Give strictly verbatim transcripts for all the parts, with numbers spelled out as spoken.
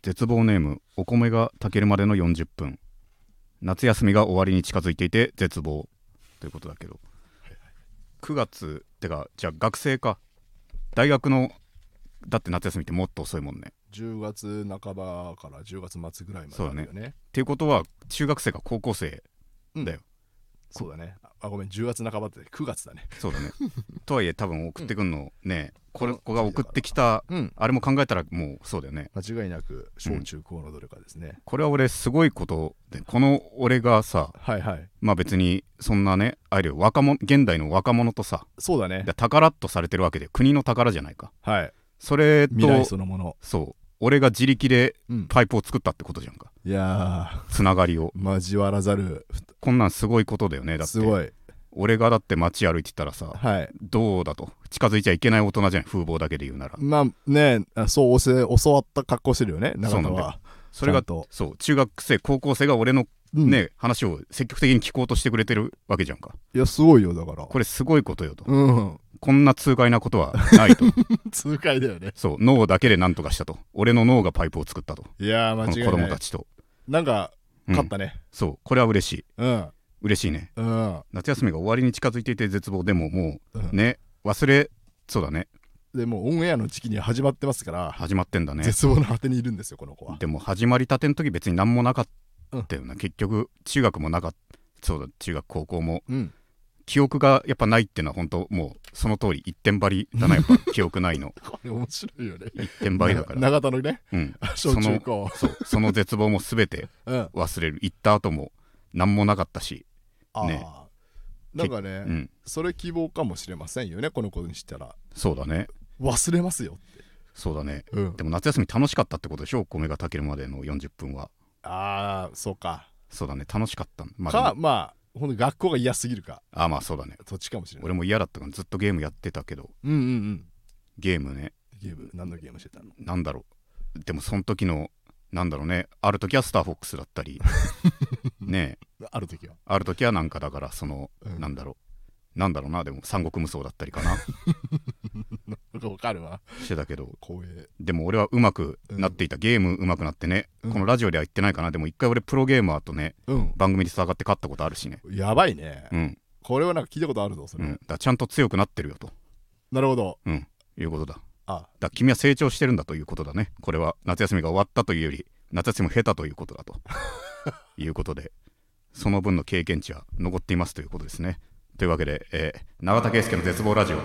絶望ネームお米が炊けるまでのよんじゅっぷん。夏休みが終わりに近づいていて絶望ということだけど、くがつってかじゃあ学生か大学のだって夏休みってもっと遅いもんね。 じゅうがつなかばからじゅうがつ末ぐらいまであるよね。 そうだね。っていうことは中学生か高校生だよ、うん、 そうだね。あ、ごめん、じゅうがつなかばってくがつだね。 そうだねとはいえ多分送ってくんのね、これ子が送ってきた、うん、あれも考えたらもうそうだよね。 間違いなく小中高のどれかですね、うん、 これは俺すごいことで、この俺がさ、 はいはい、 まあ別にそんなねあれ若者現代の若者とさ、 そうだね、 宝とされてるわけで国の宝じゃないか。 はい。 それと未来そのもの。 そう俺が自力でパイプを作ったってことじゃんか、 うん、いやーつながりを交わらざる。 こんなんすごいことだよね。だってすごい。 俺がだって街歩いてたらさ、はい、どうだと近づいちゃいけない大人じゃん、風貌だけで言うなら。 まあね、そう教わった格好してるよね。 そうなんだよ。それがそう中学生高校生が俺のね、うん、話を積極的に聞こうとしてくれてるわけじゃんか。 いやすごいよ。だからこれすごいことよと、 うん、 こんな痛快なことはないと痛快だよね。 そう脳だけで何とかしたと。俺の脳がパイプを作ったと。 いや間違いない。 この子供たちとなんか勝ったね、 うん、そうこれは嬉しい、 うん、 嬉しいね、 うん、 夏休みが終わりに近づいていて絶望。でももう、うん、ね忘れそうだね。 でもオンエアの時期に始まってますから。 始まってんだね。 絶望の果てにいるんですよこの子は。 でも始まりたての時別に何もなかったよな、うん、結局中学もなかった。そうだ中学高校も、うん、記憶がやっぱないっていうのは本当もうその通り一点張りだなやっぱ記憶ないのこれ面白いよね。 一点張りだから長田のね、 うん、 小中高そのそうその絶望も全て忘れる、うん、行った後も何もなかったしね。 あなんかね、うん、それ希望かもしれませんよねこの子にしたら。 そうだね忘れますよって。 そうだね、うん、でも夏休み楽しかったってことでしょ。お米が炊けるまでのよんじゅっぷんは。 ああそうか。 そうだね楽しかった。 まあかまあほんと学校が嫌すぎるか。 あまあそうだねそっちかもしれない。 俺も嫌だったからずっとゲームやってたけど。 うんうんうん。 ゲームね。 ゲーム何のゲームしてたの。 なんだろうでもその時のなんだろうね、ある時はスターフォックスだったりねえある時はある時はなんかだからその、うん、なんだろうなんだろうなでも三国無双だったりかななんかわかるわしてたけど。 光栄。 でも俺は上手くなっていた、うん、ゲーム上手くなってね、うん、このラジオでは言ってないかな。でも一回俺プロゲーマーとね、うん、番組で戦って勝ったことあるしね。 やばいね、 うん、 これはなんか聞いたことあるぞそれ、 うん、だからちゃんと強くなってるよと。 なるほど、 うん、いうことだ。 あだ君は成長してるんだということだね。これは夏休みが終わったというより夏休みも経たということだということでその分の経験値は残っていますということですね。というわけで、えー、永田圭介の絶望ラジオ。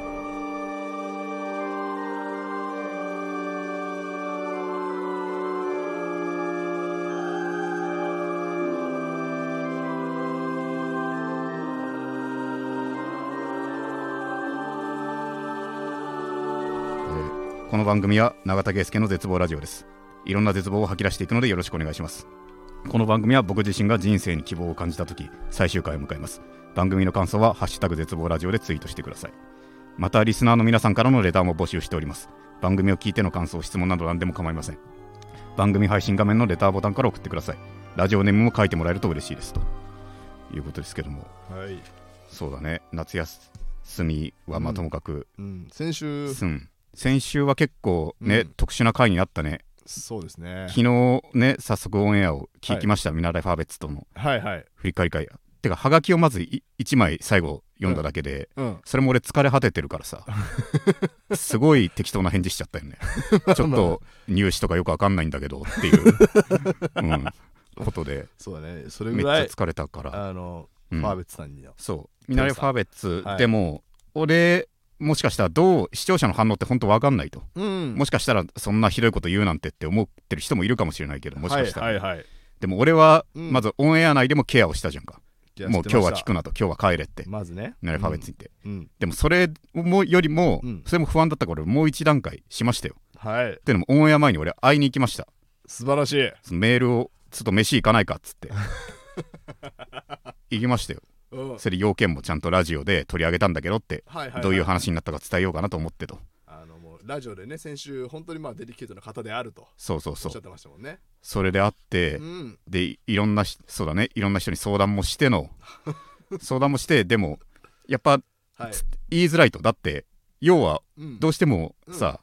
この番組は永田圭介の絶望ラジオです。いろんな絶望を吐き出していくのでよろしくお願いします。この番組は僕自身が人生に希望を感じたとき最終回を迎えます。番組の感想はハッシュタグ絶望ラジオでツイートしてください。またリスナーの皆さんからのレターも募集しております。番組を聞いての感想質問など何でも構いません。番組配信画面のレターボタンから送ってください。ラジオネームも書いてもらえると嬉しいですということですけども、 はい、 そうだね夏休みはまあともかく、 うんうん、先週、 うん、先週は結構ね、うん、特殊な回になったね。 そうですね。 昨日ね早速オンエアを聞きました、はい、見習いファーベッツとの振り返り会、はいはい、てかハガキをまずいちまい最後読んだだけで、うんうん、それも俺疲れ果ててるからさすごい適当な返事しちゃったよねちょっと入試とかよくわかんないんだけどっていう、うん、ことでそうだねそれぐらいめっちゃ疲れたからあの、うん、ファーベッツさんにそう見習いファーベッツ、はい、でも俺もしかしたらどう視聴者の反応って本当分かんないと、うん、もしかしたらそんなひどいこと言うなんてって思ってる人もいるかもしれないけどもしかしたら、はいはいはい、でも俺はまずオンエア内でもケアをしたじゃんか、うん、もう今日は聞くなと今日は帰れってまずね見習いファーベッツに言って、うん、でもそれもよりも、うん、それも不安だったから俺もう一段階しましたよ、はい、っていうのもオンエア前に俺会いに行きました。 素晴らしい。 そのメールをちょっと飯行かないかっつって行きましたよ。それ要件もちゃんとラジオで取り上げたんだけどって、はいはいはい、どういう話になったか伝えようかなと思ってと。 あのもうラジオでね先週本当にまあデリケートな方であるとそうそうそうおっしゃってましたもんね。 それであって、うん、でいろんなそうだねいろんな人に相談もしての相談もしてでもやっぱ、はい、言いづらいと。だって要はどうしてもさ、うん、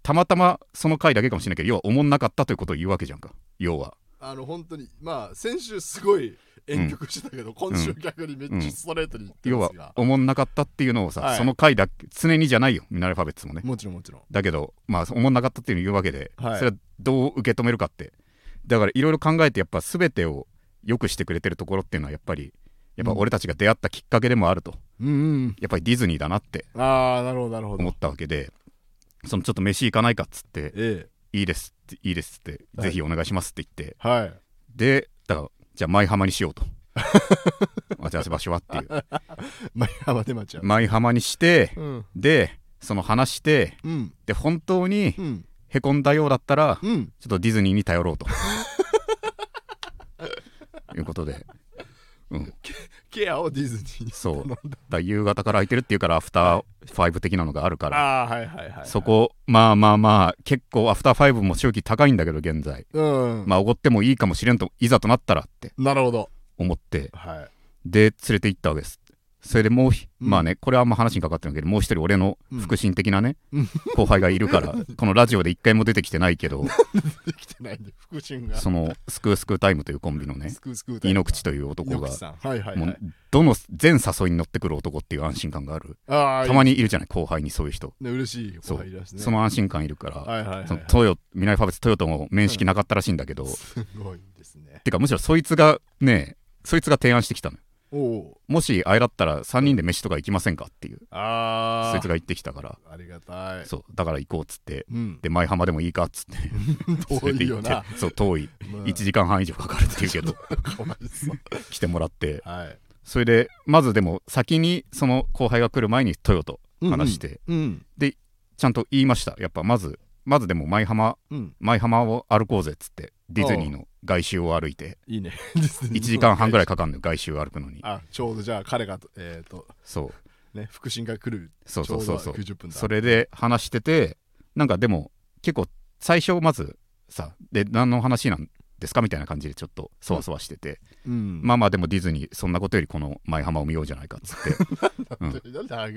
たまたまその回だけかもしれないけど、要はおもんなかったということを言うわけじゃんか。要はあの本当にまあ先週すごい婉曲してたけど、うん、今週逆にめっちゃストレートに言ってますが、うん、要はおもんなかったっていうのをさ、はい、その回だけ常にじゃないよ、ミナレファベッツもね。 もちろんもちろんだけどまあおもんなかったっていうのを言うわけで、はい、それはどう受け止めるかって、だからいろいろ考えてやっぱ全てを良くしてくれてるところっていうのはやっぱりやっぱ俺たちが出会ったきっかけでもあると、うんうん、やっぱりディズニーだなって思ったわけで、そのちょっと飯行かないかっつって、ええ、いいですっていいですって、はい、ぜひお願いしますって言って、はい、でだからじゃあ舞浜にしようと待ち合わせ場所はっていう舞浜で待ち合わせ舞浜にして、うん、でその話して、うん、で本当にへこんだようだったら、うん、ちょっとディズニーに頼ろうということで、うん、 ケアをディズニーにそうだ、夕方から空いてるっていうからアフターファイブ的なのがあるから、あ、はいはいはいはい、そこまあまあまあ結構アフターファイブも周期高いんだけど現在、うん、まあおごってもいいかもしれんと、いざとなったらってなるほど思って、はい、で連れて行ったわけです。それでもう、うん、まあねこれはあんま話にかかってるけど、もう一人俺の腹心的なね、うん、後輩がいるからこのラジオで一回も出てきてないけど出てきてないんで腹心がそのスクースクータイムというコンビのね井ノ口という男が、 はいはいはい、 もうどの全誘いに乗ってくる男っていう安心感がある。あたまにいるじゃない後輩にそういう人、 ね、嬉しい後輩いらっしゃるね。 その安心感いるから、はいはいはいはい、そのトヨミナレファベツトヨとも面識なかったらしいんだけど、うん、すごいですね。てかむしろそいつがねそいつが提案してきたのよ。おもしあれだったらさんにんで飯とか行きませんかっていう、あそいつが言ってきたから、 ありがたい。 そうだから行こうっつって、うん、で舞浜でもいいかっつって遠いよなそう遠い、まあ、いちじかんはん以上かかるっていうけど来てもらって、はい、それでまずでも先にその後輩が来る前にトヨと話して、うんうん、でちゃんと言いました。やっぱまずまずでも舞浜、うん、舞浜を歩こうぜっつって、ディズニーの外周を歩いて、 いいねいちじかんはんぐらいかかるのよ外周を歩くのに。 あちょうどじゃあ彼がえっ、ー、とそうね腹心が来るそうそうそうそう、ちょうどきゅうじゅっぷんだ。それで話してて、なんかでも結構最初まずさで何の話なんですかみたいな感じでちょっとそわそわしてて、うん、まあまあでもディズニーそんなことよりこの舞浜を見ようじゃないかっつって、うん、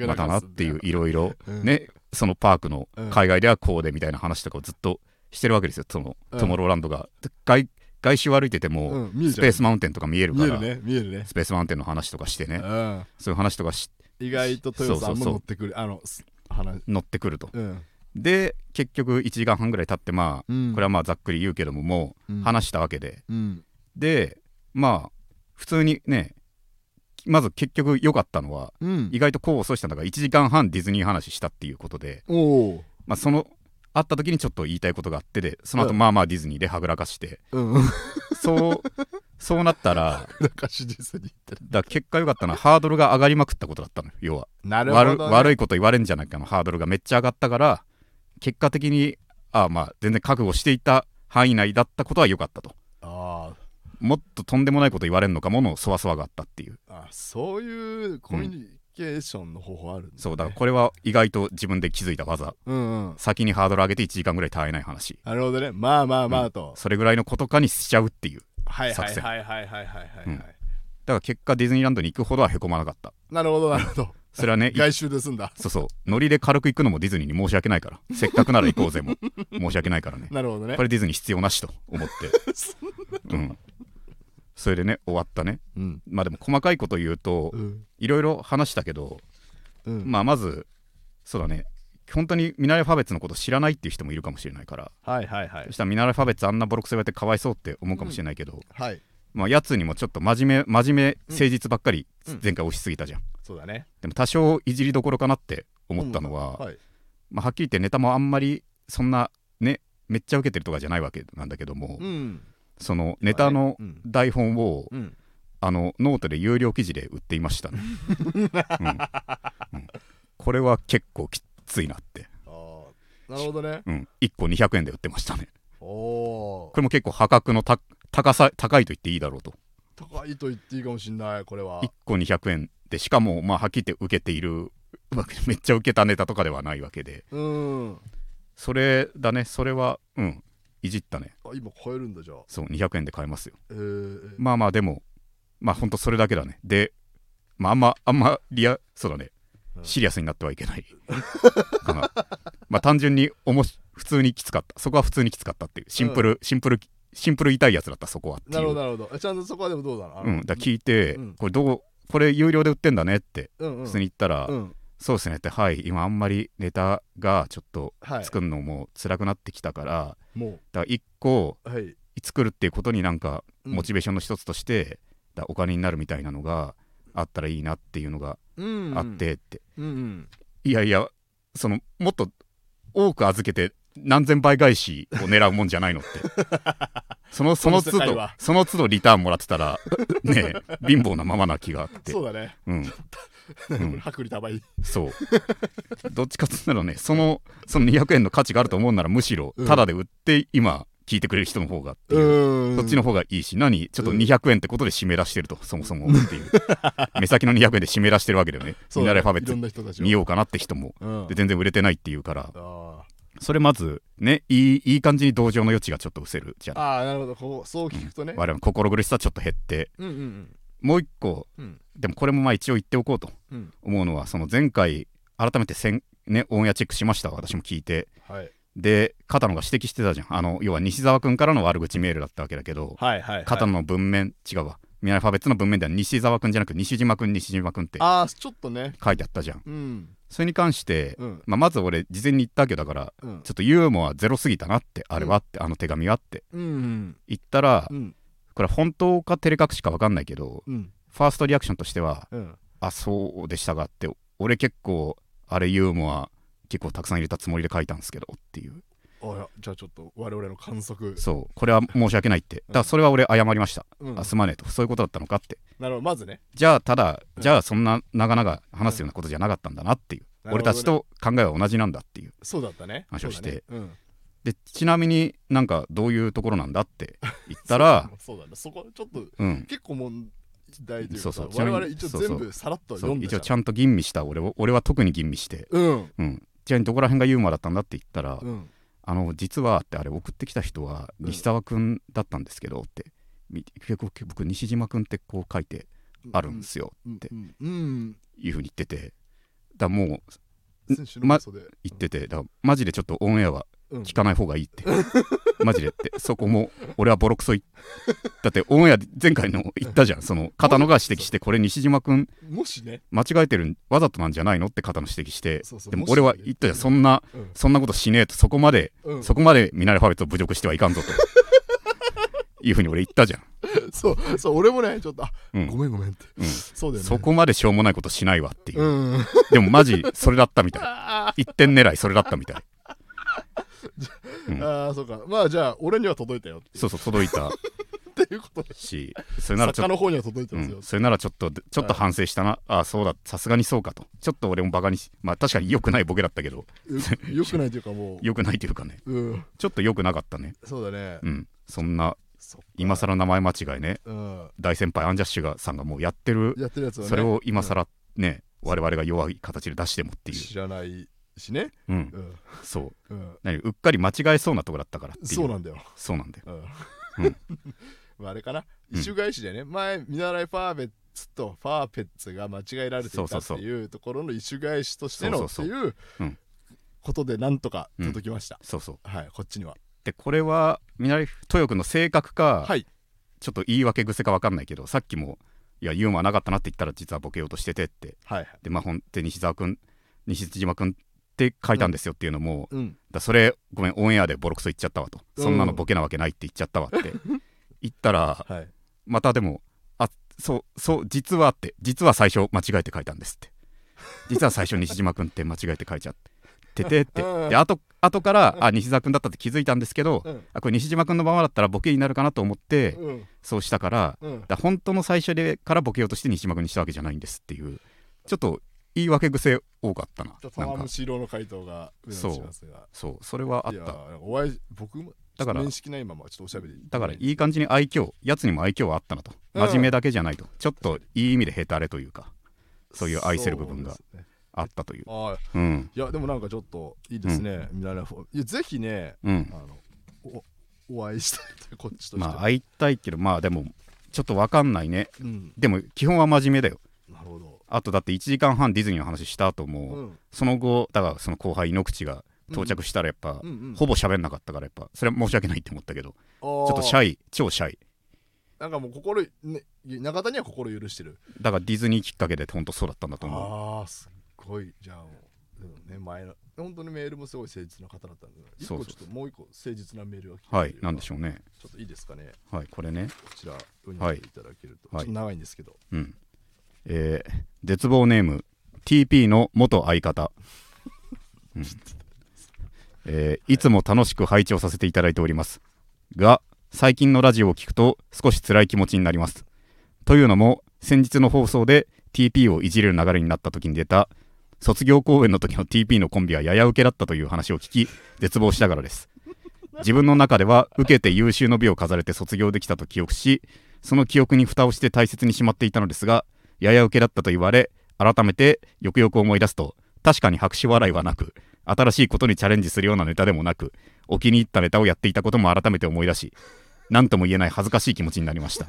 またなっていういろいろね、そのパークの海外ではこうでみたいな話とかをずっとしてるわけですよ。その、うん、トモローランドが 外, 外周歩いてても、うん、スペースマウンテンとか見えるから、 見えるね見えるね、 スペースマウンテンの話とかしてね、うん、そういう話とかし意外とトヨさんも乗ってくる、あの話乗ってくると、うん、で結局いちじかんはんぐらい経ってまあ、うん、これはまあざっくり言うけどももう話したわけで、うん、でまあ普通にねまず結局良かったのは、うん、意外と功を奏したのがいちじかんはんディズニー話したっていうことで、お、まあ、その会った時にちょっと言いたいことがあってで、その後まあまあディズニーではぐらかして、うん、そうそうなったらだ結果良かったのはハードルが上がりまくったことだったのよ。要はなるほど、ね、悪, 悪いこと言われるんじゃないかのハードルがめっちゃ上がったから、結果的にあまあ全然覚悟していた範囲内だったことは良かったと。あもっととんでもないこと言われるのかものそわそわがあったっていう。 あそういうコミュニケーションの方法あるんだね、 うん、そうだからこれは意外と自分で気づいた技、うんうん、先にハードル上げていちじかんぐらい耐えない話。 なるほどね、まあまあまあと、 うん、それぐらいのことかにしちゃうっていう作戦。 はいはいはいはいはいはいはい、うん、だから結果ディズニーランドに行くほどはへこまなかった。 なるほどなるほど、 それはね外周で済んだ。 そうそうノリで軽く行くのもディズニーに申し訳ないから、せっかくなら行こうぜも申し訳ないからね。 なるほどね、 これディズニー必要なしと思ってうんそれでね終わったね、うん、まあでも細かいこと言うといろいろ話したけど、うん、まあまずそうだね本当にミナレファベツのこと知らないっていう人もいるかもしれないから、はいはいはい、そしたらミナレファベツあんなボロクソ言われてかわいそうって思うかもしれないけど、うんはいまあ、やつにもちょっと真面目真面目誠実ばっかり前回押しすぎたじゃん、うんうん、 そうだね。 でも多少いじりどころかなって思ったのは、うんはいまあ、はっきり言ってネタもあんまりそんなねめっちゃ受けてるとかじゃないわけなんだけども、うんそのネタの台本を、うん、あのノートで有料記事で売っていましたね、うんうん、これは結構きついなって。 あなるほどね、 うん、いっこにひゃくえんで売ってましたね。おこれも結構破格のた高さ高いと言っていいだろうと。 高いと言っていいかもしれない。これはいっこにひゃくえんでしかもまあはっきり言って受けているめっちゃ受けたネタとかではないわけで、うんそれだねそれはうんいじったね。 あ今買えるんだじゃあ。 そうにひゃくえんで買えますよ、えー、まあまあでもまあほんとそれだけだね。でまああんまあんまリアそうだね、うん、シリアスになってはいけないかなまあ単純におもし普通にきつかった。そこは普通にきつかったっていうシンプル、うん、シンプルシンプル痛いやつだった。そこはっていう。 なるほどなるほど。ちゃんとそこはでもどうだな。 うん、だ聞いて、 うん、 これどうこれ有料で売ってんだねって普通に言ったら、 うんうん、 そうですねって、はい今あんまりネタがちょっと作るのも辛くなってきたから、はい、もうだからいっこ、はい、作るっていうことになんかモチベーションの一つとして、うん、だお金になるみたいなのがあったらいいなっていうのがあってって、うんうん、いやいやそのもっと多く預けて何千倍返しを狙うもんじゃないのってそのその都度その都度リターンもらってたらね貧乏なままな気があって、 そうだね、 うんうん、 薄利多売そうどっちかって言ったらねそのそのにひゃくえんの価値があると思うならむしろタダで売って今聞いてくれる人の方がっていう、そっちの方がいいし、何ちょっとにひゃくえんってことで締め出してると、そもそもっていう目先のにひゃくえんで締め出してるわけだよね。ミナレアルファベット見ようかなって人も、うん、で全然売れてないっていうから、それまずねいい、いい感じに同情の余地がちょっと失せるじゃん。 ああなるほど、こうそう聞くとね、 うん、我々の心苦しさちょっと減って、うんうんうん、もう一個、うん、でもこれもまあ一応言っておこうと思うのは、その前回改めてせん、ね、オンエアチェックしました。私も聞いて、はい、で片野が指摘してたじゃん。あの要は西澤君からの悪口メールだったわけだけど、はいはいはい、片野の文面違うわ、ミナレアルファベットの文面では西澤君じゃなく西島君西島君ってあちょっとね書いてあったじゃん、 うん、 それに関して、うんまあ、まず俺事前に言ったわけだから、うん、ちょっとユーモアゼロすぎたなってあれはって、うん、あの手紙はって、うんうん、言ったら、うん、これ本当か照れ隠しか分かんないけど、うん、ファーストリアクションとしては、うん、あそうでしたがって、俺結構あれユーモア結構たくさん入れたつもりで書いたんですけどっていう。 あやじゃあちょっと我々の観測、 そうこれは申し訳ないって、だからそれは俺謝りました、うん、あすまねえと、そういうことだったのかって。 なるほど、まずね、 じゃあただ、うん、じゃあそんな長々話すようなことじゃなかったんだなっていう、うん、俺たちと考えは同じなんだっていうそうだったね話をして、 ねうん、 でちなみになんかどういうところなんだって言ったらそうだね、そこちょっと、うん、結構問題というか、そうそう我々一応全部さらっと読んで、 一応ちゃんと吟味した俺を俺は特に吟味して、うんうん、じゃあどこら辺がユーモアだったんだって言ったら、うんあの実はってあれ送ってきた人は西澤くんだったんですけどって、うん、僕西島くんってこう書いてあるんですよっていうふうに言ってて、だもう、ま、言っててだマジでちょっとオンエアは聞かない方がいいって、うん、マジでってそこも俺はボロクソいだってオンエア前回の言ったじゃん、その片野が指摘してこれ西島くんもしね間違えてるわざとなんじゃないのって片野指摘して、そうそうでも俺は言ったじゃん、そんな、うん、そんなことしねえと、そこまで、うん、そこまでミナレファベットを侮辱してはいかんぞというふうに俺言ったじゃんそうそう俺もねちょっとあ、うん、ごめんごめんって、うん、そうだよね、 そこまでしょうもないことしないわっていう、うん、でもマジそれだったみたい一点狙いそれだったみたいうん、ああそうか、まあじゃあ俺には届いたよっていう、 そうそう届いたっていうことでし、それならちょっと作家の方には届いてますよ、 うん、それならちょっとちょっと反省したな、はい、ああそうださすがにそうかと、ちょっと俺もバカにし、まあ確かに良くないボケだったけど良くないというかもう良くないというかね、うん、ちょっと良くなかったね。 そうだね、 うん、そんな今更名前間違いね、うん、大先輩アンジャッシュがさんがもうやってる、 やってるやつはね、 それを今更ね、うん、我々が弱い形で出してもっていう知らないしね、 うんうん、そう、うん、何うっかり間違えそうなとこだったからっていう。 そうなんだよそうなんだよ、 うんうんまあ、あれかな一種返しでね、うん、前見習いファーベッツとファーペッツが間違えられていたっていうところの一種返しとしてのっていうことでなんとか届きました、 うん、そうそう、 はい、こっちには。でこれは見習い豊君の性格か、はい、ちょっと言い訳癖か分かんないけど、さっきもいやユーモアなかったなって言ったら実はボケようとしててって、はい、でまあほんで西澤君西島君って書いたんですよっていうのも、うん、だそれごめんオンエアでボロクソ言っちゃったわと、うん、そんなのボケなわけないって言っちゃったわって言ったら、はい、またでもあそうそう実はって実は最初間違えて書いたんですって実は最初西島君って間違えて書いちゃっててってであと後からあ西澤君だったって気づいたんですけど、うん、あこれ西島君のままだったらボケになるかなと思って、うん、そうしたから、うん、だ本当の最初でからボケようとして西島君にしたわけじゃないんですっていうちょっと言い訳癖多かったな。 玉虫色の回答が上野しますが、 そうそうそれはあった。いやお会い僕もだから面識ないままちょっとおしゃべりだからいい感じに愛嬌やつにも愛嬌はあったなと、真面目だけじゃないと、ちょっといい意味でヘタレというかそういう愛せる部分があったという。 あ、うん、いやでもなんかちょっといいですね、うん、いやぜひね、うん、あの お, お会いしたいこっちとしてまあ会いたいけどまあでもちょっと分かんないね、うん、でも基本は真面目だよ。 なるほど。 あとだっていちじかんはんディズニーの話した後も、うん、その後だからその後輩井ノ口が到着したらやっぱ、 うんうん、 ほぼ喋んなかったから、やっぱそれは申し訳ないって思ったけど、ちょっとシャイ、超シャイ。 なんかもう心、ね、中田には心許してる。 だからディズニーきっかけで本当そうだったんだと思う。 ああ、すっごい。じゃあもう、でもね、前の本当にメールもすごい誠実な方だったんで、一個ちょっともう一個誠実なメールが来て、 はい、なんでしょうね。 ちょっといいですかね。 はい、これね、 こちら読んでいただけると、はい、ちょっと長いんですけど、 うん、えー、絶望ネーム ティーピー の元相方、うん、えー、いつも楽しく拝聴させていただいておりますが、最近のラジオを聞くと少し辛い気持ちになります。というのも、先日の放送で ティーピー をいじれる流れになった時に出た卒業公演の時の ティーピー のコンビはやや受けだったという話を聞き、絶望したからです。自分の中では受けて優秀の美を飾れて卒業できたと記憶し、その記憶に蓋をして大切にしまっていたのですが、やや受けだったと言われ、改めてよくよく思い出すと、確かに拍手笑いはなく、新しいことにチャレンジするようなネタでもなく、お気に入ったネタをやっていたことも改めて思い出し、何とも言えない恥ずかしい気持ちになりました。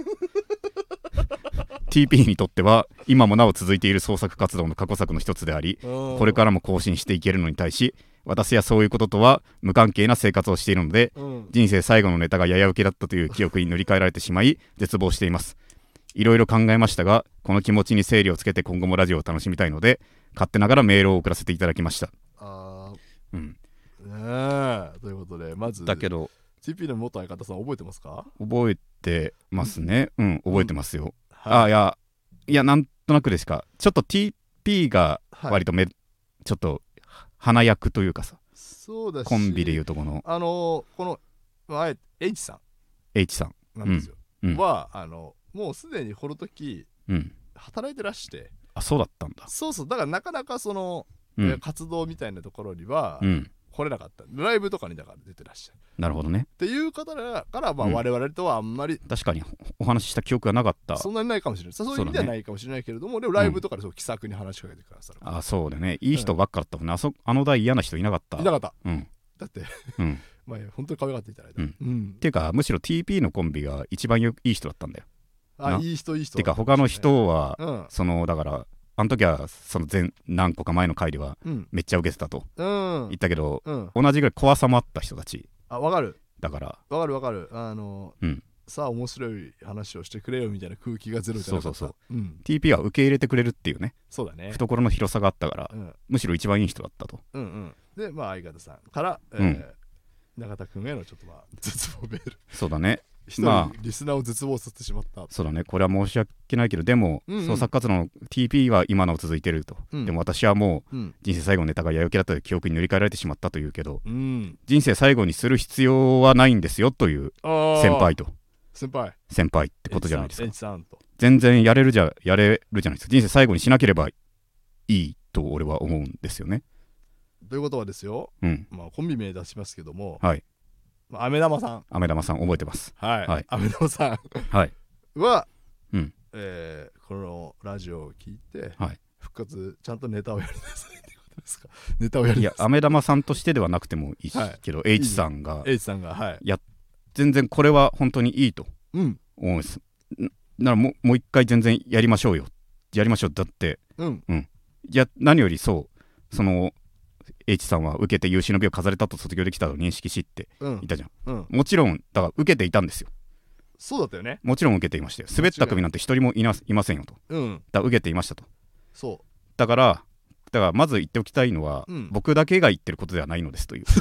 ティーピー にとっては今もなお続いている創作活動の過去作の一つであり、これからも更新していけるのに対し、私はそういうこととは無関係な生活をしているので、うん、人生最後のネタがやや受けだったという記憶に塗り替えられてしまい絶望しています。いろいろ考えましたが、この気持ちに整理をつけて今後もラジオを楽しみたいので、勝手ながらメールを送らせていただきました。 あー、うん、 ねえ、ということで、まずだけどティーピー の元相方さん覚えてますか？ 覚えてますね。うん、覚えてますよ。うん、 はい、 あ、いやいや、なんとなくですか。ちょっと ティーピー が割とめ、はい、ちょっと花役というかさ、 そうだし、 コンビでいうとこのあのこのあえ H さん H さんなんですよ、 うん、 はあのもうすでにホロトキ、 うん、 働いてらして、 あ、そうだったんだ。 そうそう、だからなかなかその、 うん、 活動みたいなところには、 うん、 来れなかった。ライブとかにだから出てらっしゃる。 なるほどね。 っていう方だから、まあ、我々とはあんまり、 うん、確かにお話しした記憶がなかった。 そんなにないかもしれない。そういう意味ではないかもしれないけれども、ね、でもライブとかでそう気さくに話しかけてくださる、 うん、あ、そうだね。いい人ばっかだったもんね。あそあの代嫌な人いなかった。 いなかった、 うん、 だって、 うん、 まあ本当に可愛がっていただいた、 うんうん、 っていうかむしろ ティーピー のコンビが一番いい人だったんだよ。 あ、いい人いい人。 てか他の人は、 うん、 そのだからあの時はその前何個か前の回ではめっちゃ受けてたと言ったけど、 うん、 同じぐらい怖さもあった人たち。 あ、わかる。 だからわかるわかる。あの、 うん、 さあ面白い話をしてくれよみたいな空気がゼロじゃなかった。 そうそうそう、 うん、 ティーピー は受け入れてくれるっていうね。 そうだね。 懐の広さがあったから、うん、むしろ一番いい人だったと。 うんうん、でまあ相方さんから、えーうん、永田君へのちょっとまあ絶望メール。 そうだね。 一人リスナーを絶望させてしまった、まあ、 そうだね。これは申し訳ないけど、でも、うんうん、創作活動の ティーピー は今なお続いてると、うん、でも私はもう、うん、人生最後のネタがやゆけだったという記憶に塗り替えられてしまったというけど、うん、人生最後にする必要はないんですよという先輩と先輩先輩ってことじゃないですか。 H さんと全然やれるじゃやれるじゃないですか。人生最後にしなければいいと俺は思うんですよね。 ということはですよ、うん、まあ、コンビ名出しますけども、 はい、 あめ玉さんあめ玉さん覚えてます。 はい、はい、あめ玉さんはいは、 うん、 えー、このラジオを聞いて、 はい、 復活ちゃんとネタをやりなさいってことですか。ネタをやりなさい。いや、 あめ玉さんとしてではなくてもいいし、はい、けど H さんが H さんが、はい、 や全然これは本当にいいと思うんです、うん、ならもう、もう一回全然やりましょうよ、やりましょう。だって、うんうん、いや何よりそうそのH さんは受けて優秀の美を飾れたと卒業できたと認識しって言ったじゃん、うんうん、もちろんだから受けていたんですよ。 そうだったよね。 もちろん受けていましたよ。滑った組なんて一人もいな、いませんよと、うん、だから受けていましたと。 そうだからだからまず言っておきたいのは、うん、僕だけが言ってることではないのですという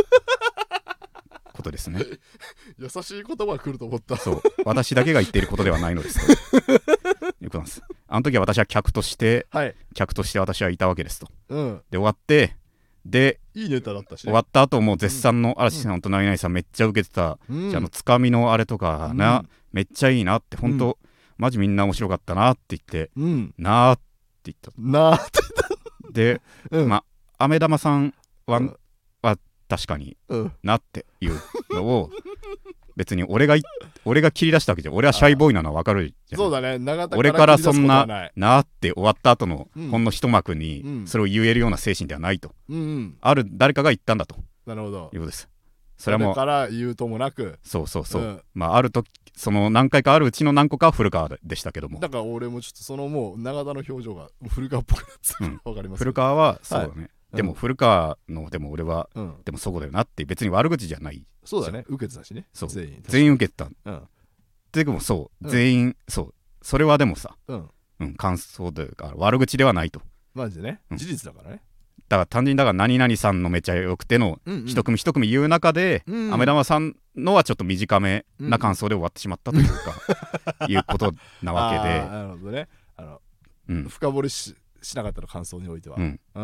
ことですね。 優しい言葉が来ると思った。 そう私だけが言っていることではないのですということなんです。あの時は私は客として、はい、客として私はいたわけですと、うん、で終わってでいいネタだったし、ね、 終わった後も絶賛の嵐さんとナイナイさんめっちゃ受けてた、うん、じゃあのつかみのあれとかな、うん、めっちゃいいなって本当、うん、マジみんな面白かったなって言って、うん、なーって言ったなーって言ったで、うん、まあ飴玉さんは、うん、は確かに、うん、なっていうのを別に俺が俺が切り出したわけじゃん。俺はシャイボーイなのは分かるじゃん。 そうだね。長田俺からそんななって終わった後のほんの一幕にそれを言えるような精神ではないと、うんうん、ある誰かが言ったんだと。 なるほど。 いうことです。それはもうそれから言うともなく、 そうそうそう、うん、まあある時その何回かあるうちの何個かは古川でしたけども、 だから俺もちょっとそのもう長田の表情が古川っぽくなってたから分かります、 古川はそうだね、はい、 でも古川のでも俺は、 うん、 でもそこだよなって別に悪口じゃない。 そうだね、受けてたしね。 そう全員全員受けてた。 うん、 でもそう、 うん、 全員そうそれはでもさ、 うんうん、感想というか悪口ではないと。 マジでね、 うん、 事実だからね。 だから単純にだから何々さんのめちゃよくての一組一組言う中で、うんうん、飴玉さんのはちょっと短めな感想で終わってしまったというか、うん、いうことなわけで。 なるほどね。あの、うん、深掘り し, しなかったの感想においては、うんうん、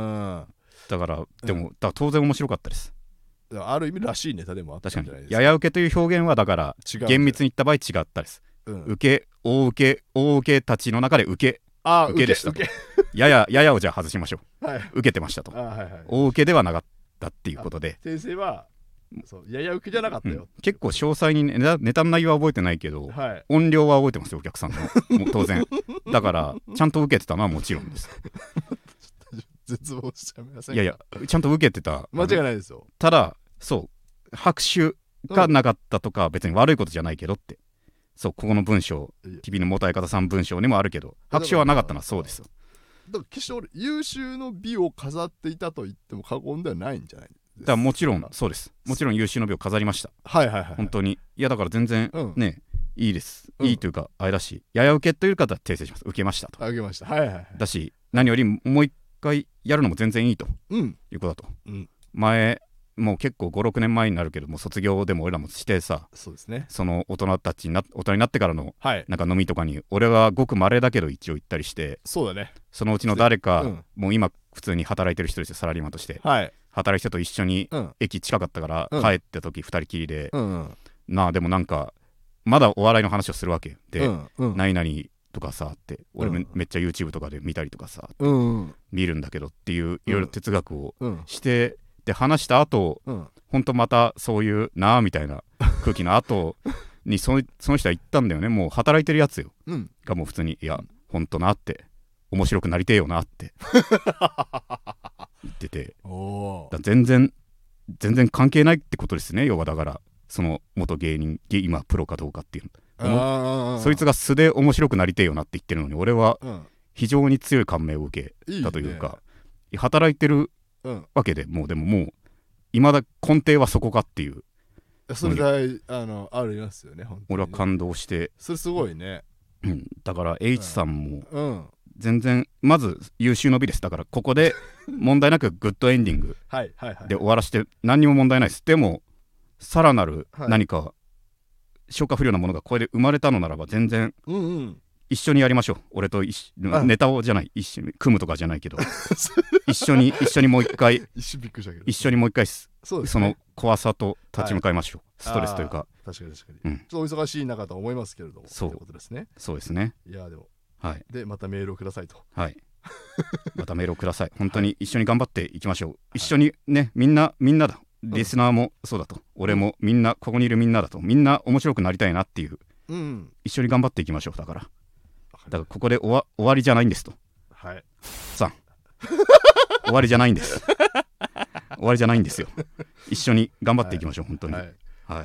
だからでも、うん、だから当然面白かったです。 ある意味らしいネタでもあったんじゃないですか。 確かにやや受けという表現はだから厳密に言った場合違ったです、うん、受け大受け大受けたちの中で受けあ受けでしたと。ややややをじゃあ外しましょう、はい、受けてましたと。 あ、はいはい、 大受けではなかったっていうことで、 先生はそうやや受けじゃなかったよ、 うん、結構詳細にネタ、ネタの内容は覚えてないけど、はい、音量は覚えてますよお客さんのもう当然だからちゃんと受けてたのはもちろんです絶望しちゃいませんか。 いやいやちゃんと受けてた。 間違いないですよ。 ただそう拍手がなかったとか、うん、別に悪いことじゃないけどって、そうここの文章 ティービー の元相方さん文章にもあるけど拍手はなかったのはそうですよ。 だから決して俺優秀の美を飾っていたと言っても過言ではないんじゃないですか。 だからもちろんそうです。もちろん優秀の美を飾りました。 はいはいはい、はい、 本当に。いやだから全然、うん、ねいいです、 うん、 いいというかあれだし、やや受けという方は訂正します。受けましたと。 受けました。はいはいはい。 だし何よりもう一回やるのも全然いいと、うん、いうことだと、うん、前もう結構ごろくねんまえになるけども卒業でも俺らもしてさ、 そうですね、 その大人たちにな大人になってからの、 はい、 なんか飲みとかに俺はごく稀だけど一応行ったりして、 そうだね、 そのうちの誰か、うん、もう今普通に働いてる人ですよ、サラリーマンとして、はい、働いてる人と一緒に、うん、駅近かったから帰った時ふたりきりで、うんうん、なあでもなんかまだお笑いの話をするわけで、うんうん、何々とかさって俺 め,、うん、めっちゃ YouTube とかで見たりとかさ、うんうん、見るんだけどっていういろいろ哲学をして、うん、で話した後、うん、ほんとまたそういうなあみたいな空気の後にその、その人は言ったんだよね。もう働いてるやつよ、うん、がもう普通にいやほんとなって面白くなりてえよなって言っててだ全然全然関係ないってことですね。要はだからその元芸人今プロかどうかっていうの、そいつが素で面白くなりてえよなって言ってるのに俺は非常に強い感銘を受けたというか、いいね、働いてるわけで、もうでももう未だ根底はそこかっていう、 それ大あのありますよね。本当に俺は感動して、 それすごいね、 うん、だから H さんも全然まず優秀の美です。だからここで問題なくグッドエンディングで終わらせて何にも問題ないです。でもさらなる何か消化不良なものがこれで生まれたのならば全然一緒にやりましょう。俺と一ネタをじゃない一緒に組むとかじゃないけど一緒に一緒にもう一回一緒にもう一回そうです、ね、その怖さと立ち向かいましょう、はい、ストレスというか。 確かに確かに、うん、ちょっとお忙しい中と思いますけれども、そういうことですね。 そうですね。 いやでも、 はい、 でまたメールをくださいと。 はいまたメールをください。本当に一緒に頑張っていきましょう、はい、一緒にね、みんなみんなだ、リスナーもそうだと、うん、俺もみんなここにいるみんなだと、みんな面白くなりたいなっていう、うん、一緒に頑張っていきましょう。だからだからここで終 わ, 終わりじゃないんですと。はい。さん終わりじゃないんです終わりじゃないんですよ。一緒に頑張っていきましょう、はい、本当に。はい。はい、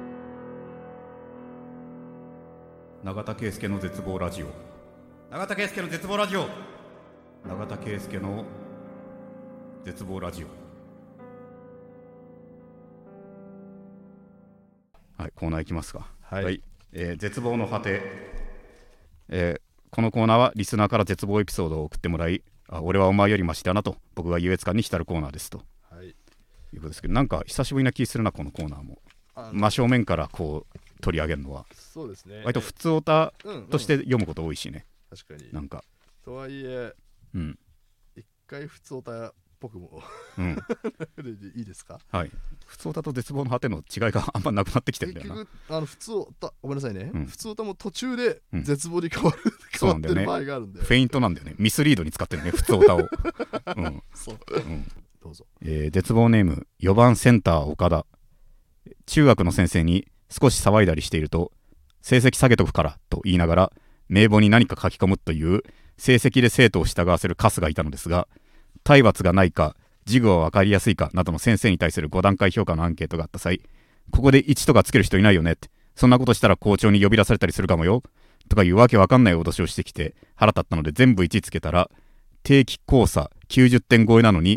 永田圭介の絶望ラジオ。永田圭介の絶望ラジオ。永田圭介の絶望ラジオ。はい、コーナーいきますか。はい。はい、えー、絶望の果て。えー、このコーナーはリスナーから絶望エピソードを送ってもらい、あ、俺はお前よりマシだなと僕が優越感に浸るコーナーですと、はい、いうことですけど、なんか久しぶりな気するな、このコーナーも。真正面からこう取り上げるのは。そうですね。割と普通オタとして読むこと多いしね。 うんうん、確かに。 なんかとはいえ、うん、一回普通オタ僕も、うん、いいですか。はい。 普通オタと絶望の果ての違いがあんまなくなってきてるんだよな。 結局あの普通オタ、ごめんなさいね、うん、普通オタも途中で絶望に変わる、うん、変わってる場合があるんで、 フェイントなんだよね。ミスリードに使ってるね、普通オタを。うん、そう、うん、どうぞ。えー、絶望ネームよばんセンター岡田。中学の先生に少し騒いだりしていると、成績下げとくからと言いながら名簿に何か書き込むという成績で生徒を従わせるカスがいたのですが、体罰がないか授業は分かりやすいかなどの先生に対するご段階評価のアンケートがあった際、ここでいちとかつける人いないよねって、そんなことしたら校長に呼び出されたりするかもよとかいうわけわかんない脅しをしてきて腹立ったので全部いちつけたら、定期考査きゅうじゅってん超えなのに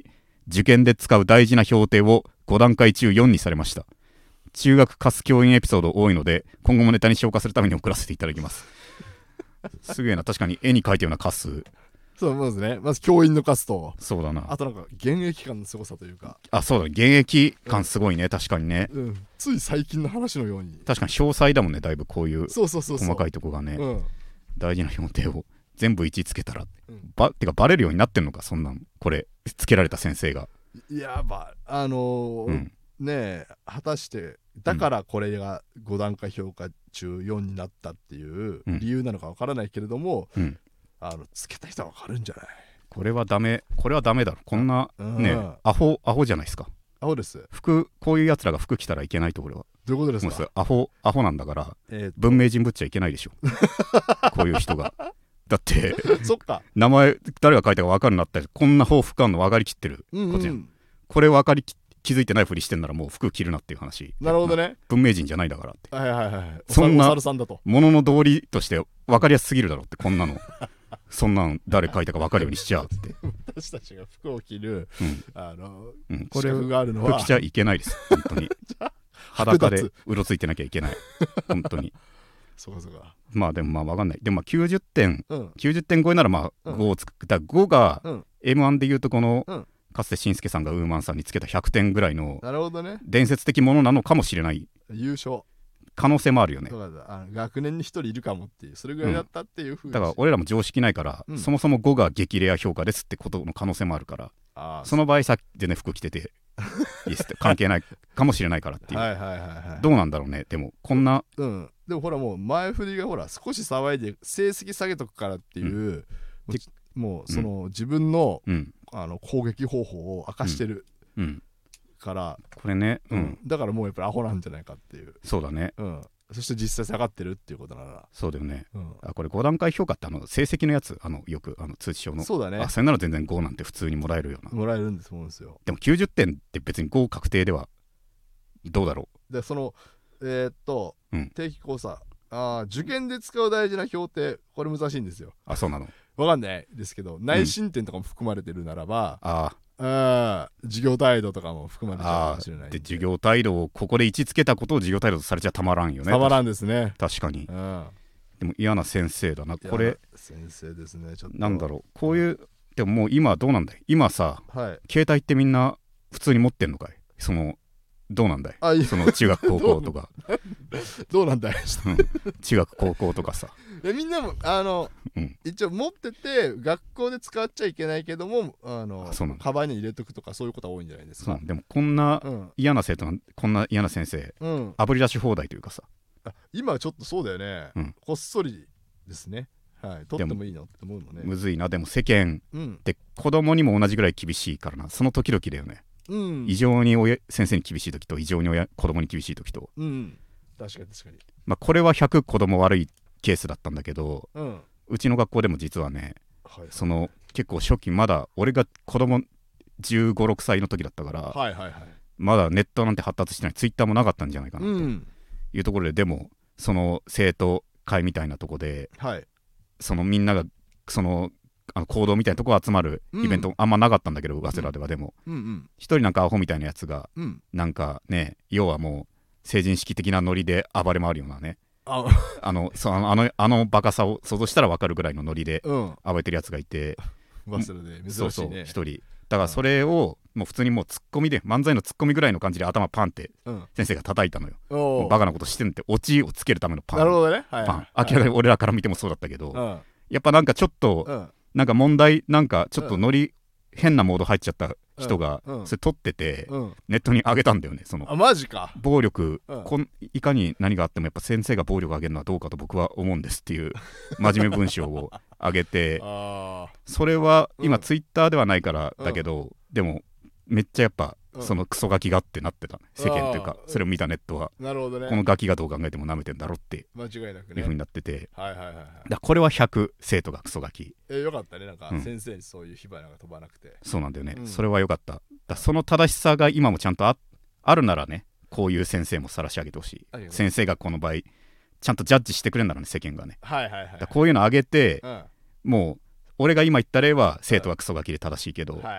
受験で使う大事な評定をご段階中よんにされました。中学カス教員エピソード多いので今後もネタに消化するために送らせていただきます。すげえな、確かに絵に描いたようなカス。 そうまずね、まず教員のカスと、 そうだな、 あとなんか現役感のすごさというか、 あ、そうだね、現役感すごいね、うん、確かにね、 うん、つい最近の話のように。 確かに詳細だもんね、だいぶこういう細かいとこがね、 うん、 大事な評定を全部いちつけたら、うん、ばてかバレるようになってんのか、そんなんこれつけられた先生が。 いやばあのーうん、ねえ果たしてだからこれがご段階評価中よんになったっていう理由なのかわからないけれども、うん、あのつけた人はわかるんじゃない。 これはダメ、これはダメだろ、こんな、うん、ねアホアホじゃないですか。 アホです。 服、こういうやつらが服着たらいけないと。これはどういうことですか。 もうアホアホなんだから、えー、文明人ぶっちゃいけないでしょこういう人が。だってそっか、 名前誰が書いたか分かるなったり、こんな豊富感の分かりきってるこっちじゃん、うんうん、これ分かりき気づいてないふりしてんならもう服着るなっていう話。 なるほどね、 文明人じゃないんだからって、 はいはいはい、 そんなものの道理として分かりやすすぎるだろって、こんなのそんなん誰書いたか分かるようにしちゃうって私たちが服を着る、うん、あの、 うん、これ資格があるのは服着ちゃいけないです本当に裸でうろついてなきゃいけない本当に。 そうかそうか。 まあでもまあ分かんない。でもまあきゅうじゅってん、うん、きゅうじゅってん超えならまあごをつく、だごが エムワン でいうとこの、うん、かつてしんすけさんがウーマンさんにつけたひゃくてんぐらいの伝説的ものなのかもしれない。 優勝可能性もあるよね。 そうだ、あの学年にひとりいるかもっていう、それぐらいだったっていうふうに、 うん、だから俺らも常識ないから、うん、そもそもごが激レア評価ですってことの可能性もあるから、あその場合さっきでね服着てていいっすって関係ないかもしれないからっていう。はいはいはいはい、どうなんだろうね。でもこんな、 うん、でもほらもう前振りがほら少し騒いで成績下げとくからっていう、うん、もうその、うん、自分の、うん、あの攻撃方法を明かしてる、うんうん、からこれね、うん、 だからもうやっぱりアホなんじゃないかっていう。 そうだね、 うん、そして実際下がってるっていうことなら。 そうだよね、うん、あこれご段階評価ってあの成績のやつ、あのよくあの通知表の。 そうだね。 あそれなら全然ごなんて普通にもらえるような。 もらえるんですもんですよ。 でもきゅうじゅってんって別にご確定ではどうだろう。でそのえー、っと、うん、定期考査、あ受験で使う大事な評定、これ難しいんですよ。 あそうなの。 わかんないですけど内申点とかも含まれてるならば、 うん、ああ授業態度とかも含まれてるかもしれない。 で授業態度をここでいちつけたことを授業態度とされちゃたまらんよね。 たまらんですね。 確かに、 うん、 でも嫌な先生だなこれ。 先生ですね。ちょっとなんだろうこういう、でももう今どうなんだい今さ、はい、携帯ってみんな普通に持ってんのかい。そのどうなんだいあいその中学高校とかどうなんだい中学高校とかさみんなもあの、うん、一応持ってて学校で使っちゃいけないけどもあのあカバンに入れとくとかそういうことは多いんじゃないですか。 でもこんな嫌な生徒、うん、こんな嫌な先生、うん、あぶり出し放題というかさ、 あ今はちょっとそうだよね、うん、こっそりですね。はい、取ってもいいのって思うのね。 むずいな。でも世間って子供にも同じぐらい厳しいからな。その時々だよね。うん、異常に親先生に厳しい時と異常に親子供に厳しい時と、 うん、確かに確かに、 まあ、これはひゃく子供悪いケースだったんだけど、うん、うちの学校でも実はね、はい、その結構初期まだ俺が子供じゅうご、ろくさいの時だったから、はいはいはい、まだネットなんて発達してない、ツイッターもなかったんじゃないかなというところで、でもその生徒会みたいなとこで、はい、そのみんながそのあの行動みたいなとこ集まるイベント、うん、あんまなかったんだけど早稲田では。でも一、うんうん、人なんかアホみたいなやつが、うん、なんかね要はもう成人式的なノリで暴れ回るようなね、ああのそあのあのバカさを想像したら分かるぐらいのノリで暴れてるやつがいて、 早稲田で珍しいね。そうそう一人だからそれをもう普通にもうツッコミで漫才のツッコミぐらいの感じで頭パンって先生が叩いたのよ、うん、もうバカなことしてんってオチをつけるためのパン。 なるほどね、はいはい、 パン明らかに俺らから見てもそうだったけど、うん、やっぱなんかちょっと、うんなんか問題なんかちょっとノリ、うん、変なモード入っちゃった人が、うん、それ撮ってて、うん、ネットに上げたんだよね。そのあマジか暴力、うん、こんいかに何があってもやっぱ先生が暴力を上げるのはどうかと僕は思うんですっていう真面目文章を上げてあそれは今ツイッターではないからだけど、でもめっちゃやっぱそのクソガキがってなってた、ね、世間というかそれを見たネットは。 なるほどね。 このガキがどう考えても舐めてんだろって間違いなくねいう風になってて、 はいはいはいはい、 だこれはひゃく生徒がクソガキ。 えよかったね。なんか先生にそういう火花が飛ばなくて、 うん、そうなんだよね、うん、それはよかった。だその正しさが今もちゃんと あ, あるならねこういう先生も晒し上げてほしい。先生がこの場合ちゃんとジャッジしてくれるならね世間がね、 はいはいはいはい、 だこういうの上げて、うん、もう俺が今言った例は生徒はクソガキで正しいけど、うんはい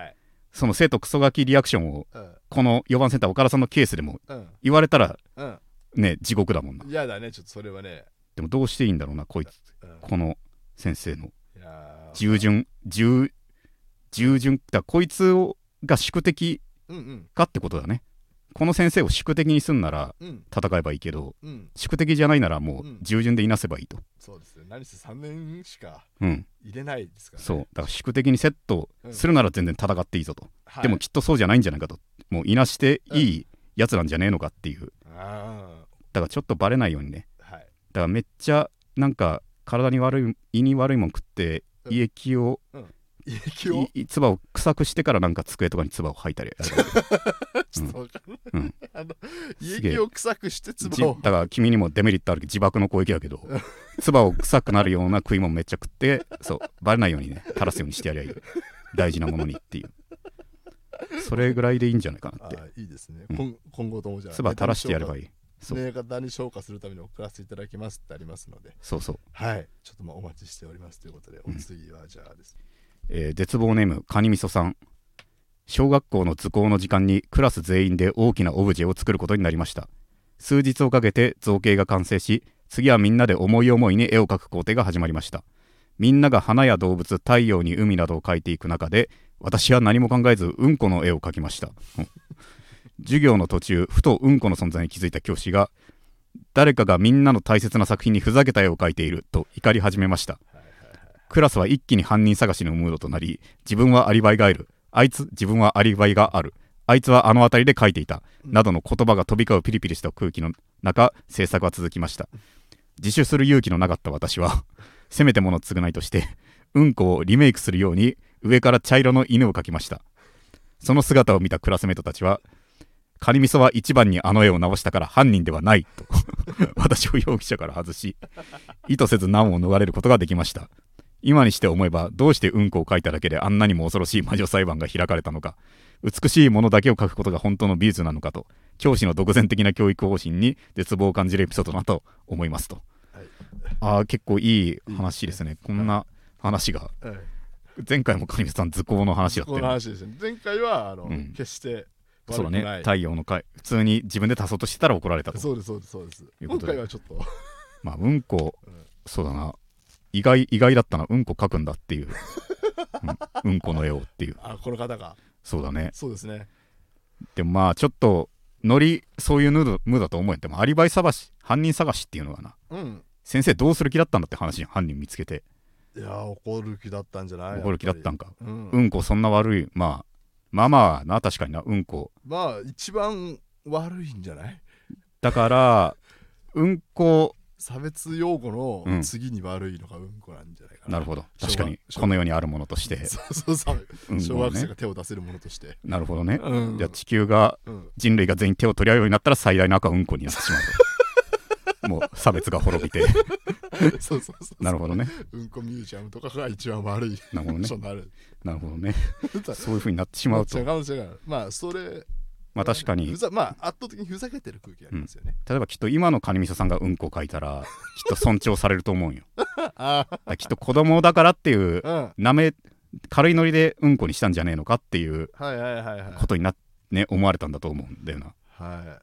その生徒クソガキリアクションを、うん、このよばんセンター岡田さんのケースでも言われたら、うん、ね地獄だもんな。 嫌だねちょっとそれはね。 でもどうしていいんだろうなこいつ、うん、この先生の従順従従順だこいつをが宿敵かってことだね、うんうん、この先生を宿敵にすんなら戦えばいいけど、うん、宿敵じゃないならもう従順でいなせばいいと、うん、 そうですね。何せさんねんしか入れないですからね、 うん、そうだから宿敵にセットするなら全然戦っていいぞと、うん、でもきっとそうじゃないんじゃないかと、もういなしていいやつなんじゃねえのかっていう、うん、だからちょっとバレないようにね、はい、だからめっちゃなんか体に悪い胃に悪いもん食って胃液を、うんうん胃液を唾を臭くしてからなんか机とかに唾を吐いたりちょっと分かんない、うん、あの胃液を臭くして唾をだから君にもデメリットあるけど自爆の攻撃だけど唾を臭くなるような食い物めっちゃ食ってそうバレないようにね垂らすようにしてやりゃいい大事なものにっていうそれぐらいでいいんじゃないかなって。 あいいですね、うん、今後ともじゃあ唾垂らしてやればいい。 ネタに消化するために送らせていただきますってありますので、 そうそうはいちょっとまあお待ちしておりますということで、お次はじゃあですね、 えー、絶望ネームカニみそさん。小学校の図工の時間にクラス全員で大きなオブジェを作ることになりました。数日をかけて造形が完成し、次はみんなで思い思いに絵を描く工程が始まりました。みんなが花や動物、太陽に海などを描いていく中で、私は何も考えずうんこの絵を描きました授業の途中、ふとうんこの存在に気づいた教師が、誰かがみんなの大切な作品にふざけた絵を描いていると怒り始めました。クラスは一気に犯人探しのムードとなり、自分はアリバイがいる、あいつ自分はアリバイがある、あいつはあの辺りで描いていた、などの言葉が飛び交うピリピリした空気の中、制作は続きました。自首する勇気のなかった私はせめてもの償いとしてうんこをリメイクするように上から茶色の犬を描きました。その姿を見たクラスメートたちは、カニみそは一番にあの絵を直したから犯人ではないと私を容疑者から外し、意図せず難を逃れることができました。今にして思えば、どうしてうんこを描いただけであんなにも恐ろしい魔女裁判が開かれたのか、美しいものだけを描くことが本当の美術なのかと、教師の独善的な教育方針に絶望を感じるエピソードだと思いますと、はい、あ結構いい話ですね。いいですね、こんな話が、はい、前回もカニみそさん図工の話だったよね。 図工の話ですね。前回はあの、うん、決してそうだね、太陽の回普通に自分で足そうとしてたら怒られたと。 そうですそうですそうです。今回はちょっとまあうんこ、うん、そうだな、意外意外だったな、うんこ描くんだっていう、うん、うんこの絵をっていう。 あこの方がそうだね。 そうですね。 でもまあちょっとノリそういうムードだと思えても、アリバイ探し犯人探しっていうのがな、うん、先生どうする気だったんだって話に犯人見つけて、 いや怒る気だったんじゃない。 怒る気だったんか、うん、うんこそんな悪い、まあまあまあな、確かにな、うんこまあ一番悪いんじゃない。 だからうんこ差別用語の次に悪いのがうんこなんじゃないかな、うん、 なるほど、確かにこの世にあるものとしてそうそうそう、うんね、小学生が手を出せるものとして、 なるほどね、うん、じゃあ地球が、うん、人類が全員手を取り合うようになったら最大の赤はうんこになってしまうともう差別が滅びてそうそうそう、 なるほどね、 うんこミュージアムとかが一番悪いなるほどねなるなるほどねそういう風になってしまうとまあそれまあ確かにまあ圧倒的にふざけてる空気ありますよね、 うん、例えばきっと今のカニみそさんがうんこを書いたらきっと尊重されると思うんよあきっと子供だからっていうなめ、うん、軽いノリでうんこにしたんじゃねえのかっていうことにな、ね、思われたんだと思うんだよな。 はい、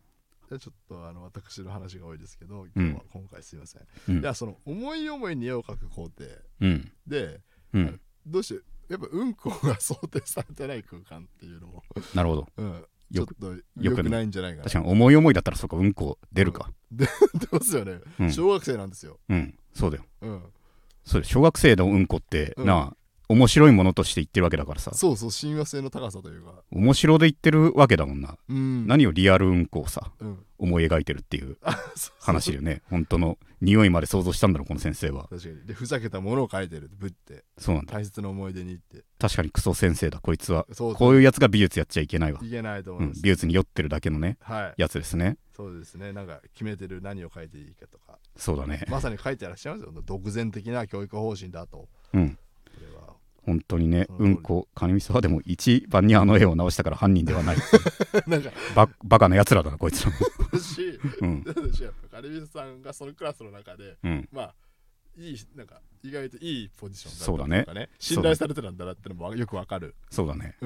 ちょっとあの私の話が多いですけど、今日は今回すいません、うん、いやその思い思いに絵を描く工程、うん、で、うん、どうしてやっぱうんこが想定されてない空間っていうのもなるほど、 うん、ちょっと良くないんじゃないかな。 確かに思い思いだったらそこうんこ出るか、 うん、出ますよね、うん、小学生なんですよ。 うんそうだよ、うん、そう小学生のうんこって、うん、なあ面白いものとして言ってるわけだからさ、 そうそう親和性の高さというか面白で言ってるわけだもんな、うん、何をリアルうんこをさ、うん、思い描いてるっていう話だよね。本当の匂いまで想像したんだろうこの先生は。 確かに。でふざけたものを描いてるぶって、 そうなんだ、 大切な思い出に行って。 確かにクソ先生だこいつは。そうそう、こういうやつが美術やっちゃいけないわ。 いけないと思います、 うん、美術に酔ってるだけのね、はい、やつですね。 そうですね。なんか決めてる何を書いていいかとか。 そうだね、 まさに書いてらっしゃいますよ。独善的な教育方針だと。 うん本当にね、うんこカニみそはでも一番にあの絵を直したから犯人ではないなんかバ, バカなやつらだなこいつらし、うん、カニみそさんがそのクラスの中で、うん、まあいいなんか意外といいポジションだったとかね、そうだね、信頼されてたんだなってのもよくわかる。 そうだね、 うん、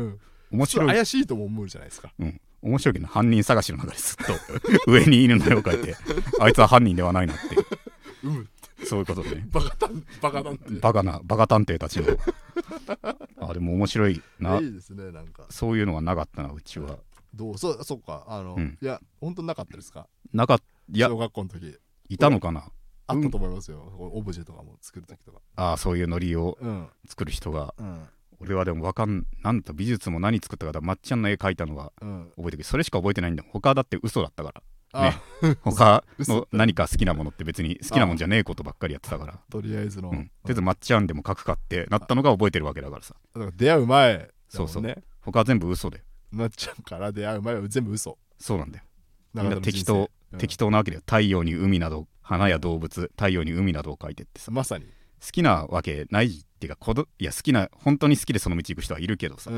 面白い怪しいとも思うじゃないですか。 うん面白いけど犯人探しの中でずっと上に犬の絵を描いてあいつは犯人ではないなっていううむそういうことでねバカ探バカ探偵バカなバカ探偵たちのあでも面白いないいですね。なんかそういうのがなかったなうちは。 どうそそっかあの、うん、いや本当なかったですか。 なかいや小学校の時いたのかな。 あったと思いますよ、うん、オブジェとかも作る時とか。 ああそういうノリを作る人が、うんうん、俺はでもわかんなんと美術も何作ったかまっちゃんの絵描いたのが覚えてるけど、それしか覚えてないんだ。他だって嘘だったからね他の何か好きなものって別に好きなもんじゃねえことばっかりやってたから、 とりあえずの、うん、 とりあえずまっちゃんでも描くかってなったのが覚えてるわけだからさ。 だから出会う前だもんね。 そうそう他は全部嘘でまっちゃんから出会う前は全部嘘。 そうなんだよ。みんな適当、うん、適当なわけだよ。太陽に海など花や動物太陽に海などを描いてってさ、 まさに好きなわけないっていうかこどいや好きな本当に好きでその道行く人はいるけどさ、うん、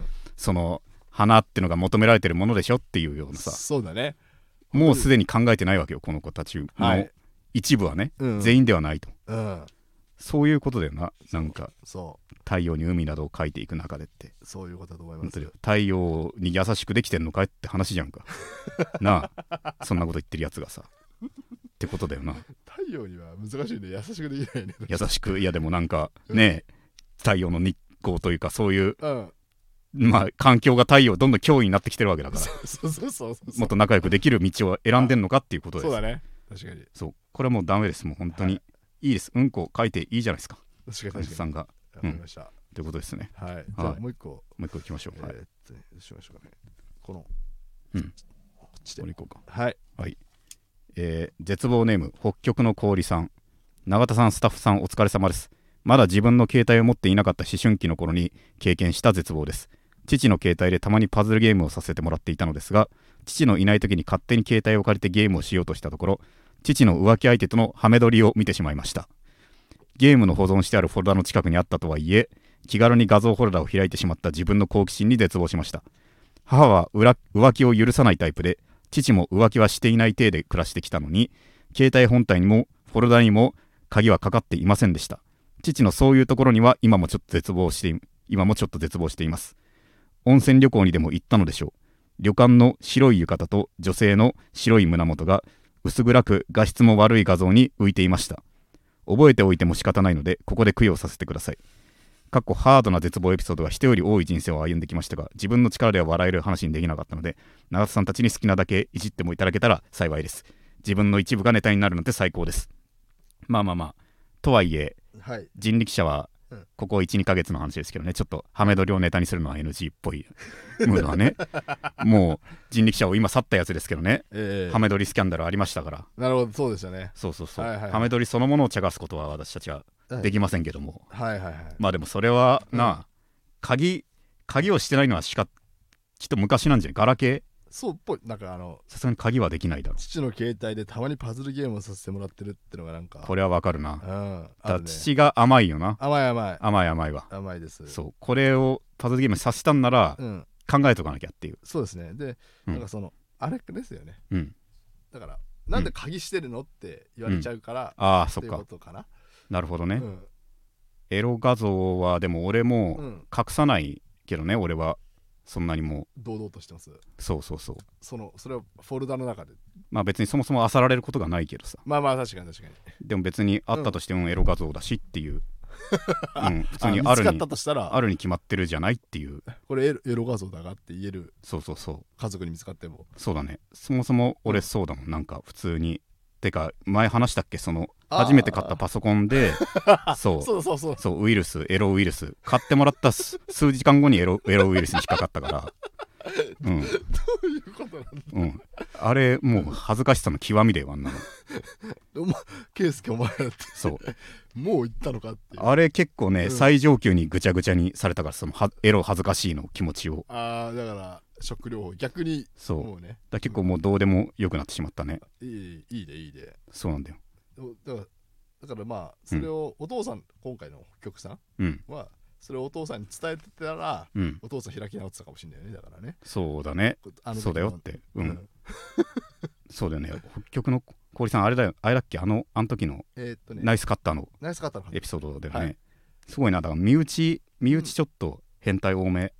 その花ってのが求められてるものでしょっていうようなさ。 そうだね。 もうすでに考えてないわけよこの子たちの一部はね、はい、全員ではないと、うん、そういうことだよな。なんかそう太陽に海などを描いていく中でってそういうことだと思いますよ。 太陽に優しくできてんのかいって話じゃんかなあそんなこと言ってるやつがさってことだよな。 太陽には難しいね。優しくできないね。 優しくいやでもなんかね、うん、太陽の日光というかそういう、うん、まあ環境が太陽どんどん脅威になってきてるわけだからそうそうそうそうもっと仲良くできる道を選んでんのかっていうことです。 そうだね確かに。 そうこれはもうダメです。もう本当に、はい、いいです。うんこ書いていいじゃないですか。 確かにさんがわかりました、うん、 ということですね。 はい。じゃあもう一個もう一個いきましょう。 えー、はい。しましょうかね。このうんこっちでこれいこうか。 はいはいえー、絶望ネーム北極の氷さん。永田さんスタッフさんお疲れ様です。まだ自分の携帯を持っていなかった思春期の頃に経験した絶望です。父の携帯でたまにパズルゲームをさせてもらっていたのですが、父のいない時に勝手に携帯を借りてゲームをしようとしたところ、父の浮気相手とのハメ撮りを見てしまいました。ゲームの保存してあるフォルダの近くにあったとはいえ、気軽に画像フォルダを開いてしまった自分の好奇心に絶望しました。母は浮気を許さないタイプで、父も浮気はしていない体で暮らしてきたのに、携帯本体にもフォルダにも鍵はかかっていませんでした。父のそういうところには今もちょっと絶望して今もちょっと絶望しています。温泉旅行にでも行ったのでしょう。旅館の白い浴衣と女性の白い胸元が薄暗く画質も悪い画像に浮いていました。覚えておいても仕方ないのでここで供養させてください。かっこハードな絶望エピソードが人より多い人生を歩んできましたが、自分の力では笑える話にできなかったので、永田さんたちに好きなだけいじってもいただけたら幸いです。自分の一部がネタになるなんて最高です。まあまあまあとはいえ、はい、人力車はここ いち,に ヶ月の話ですけどね、ちょっとハメ撮りをネタにするのは エヌジー っぽいムードはねもう人力車を今去ったやつですけどね、えー、ハメ撮りスキャンダルありましたから。 なるほどそうでしたね。 そうそうそう、はいはいはい、ハメ撮りそのものを茶化すことは私たちはできませんけども、 はいはいはい、 まあでもそれはな、うん、鍵鍵をしてないのはしかきっと昔なんじゃない。ガラケーそうっぽい。なんかあのさすがに鍵はできないだろう。 父の携帯でたまにパズルゲームをさせてもらってるってのがなんかこれはわかるな、 うん、 だ、ね、父が甘いよな。 甘い甘い甘い甘いわ。 甘いです。 そうこれをパズルゲームさせたんなら、うん、考えとかなきゃっていう。 そうですね。で、うん、なんかそのあれですよね、 うん、 だからなんで鍵してるのって言われちゃうから、うん、 ああそっかっていうことかな。 なるほどね、うん、エロ画像はでも俺も隠さないけどね、俺はそんなにも堂々としてます。 そうそうそう。 そのそれをフォルダの中でまあ別にそもそも漁られることがないけどさ。 まあまあ確かに確かに。 でも別にあったとしてもエロ画像だしっていう、うん、普通にあるに見つかったとしたらあるに決まってるじゃないっていう。 これエロ、エロ画像だがって言える。 そうそうそう。 家族に見つかっても。 そうだね。そもそも俺そうだもん、なんか普通に。てか前話したっけ、その初めて買ったパソコンでそうそうそうそうそうウイルスエロウイルス買ってもらった数時間後にエロエロウイルスに引っかかったからうん、 どういうことなんだ、 うん、あれもう恥ずかしさの極みだよあんなのお前ケイスケお前だってそうもう言ったのかっていう。 あれ結構ね、うん、最上級にぐちゃぐちゃにされたから、そのエロ恥ずかしいの気持ちを。 ああだから食療法逆にそうもうねだ結構もうどうでもよくなってしまったね、 うん、いいいいでいいで。 そうなんだよ。 だからだからまあそれをお父さん、うん、今回の北極さんは、うん、それをお父さんに伝えてたら、うん、お父さん開き直ってたかもしれないよね。だからねそうだねそうだよってうん、うん、そうだよね。北極の氷さんあれだよあれだっけあのあの時の、えーっとね、ナイスカッターのナイスカッターのエピソードでね、はい、すごいな。だから身内身内ちょっと変態多め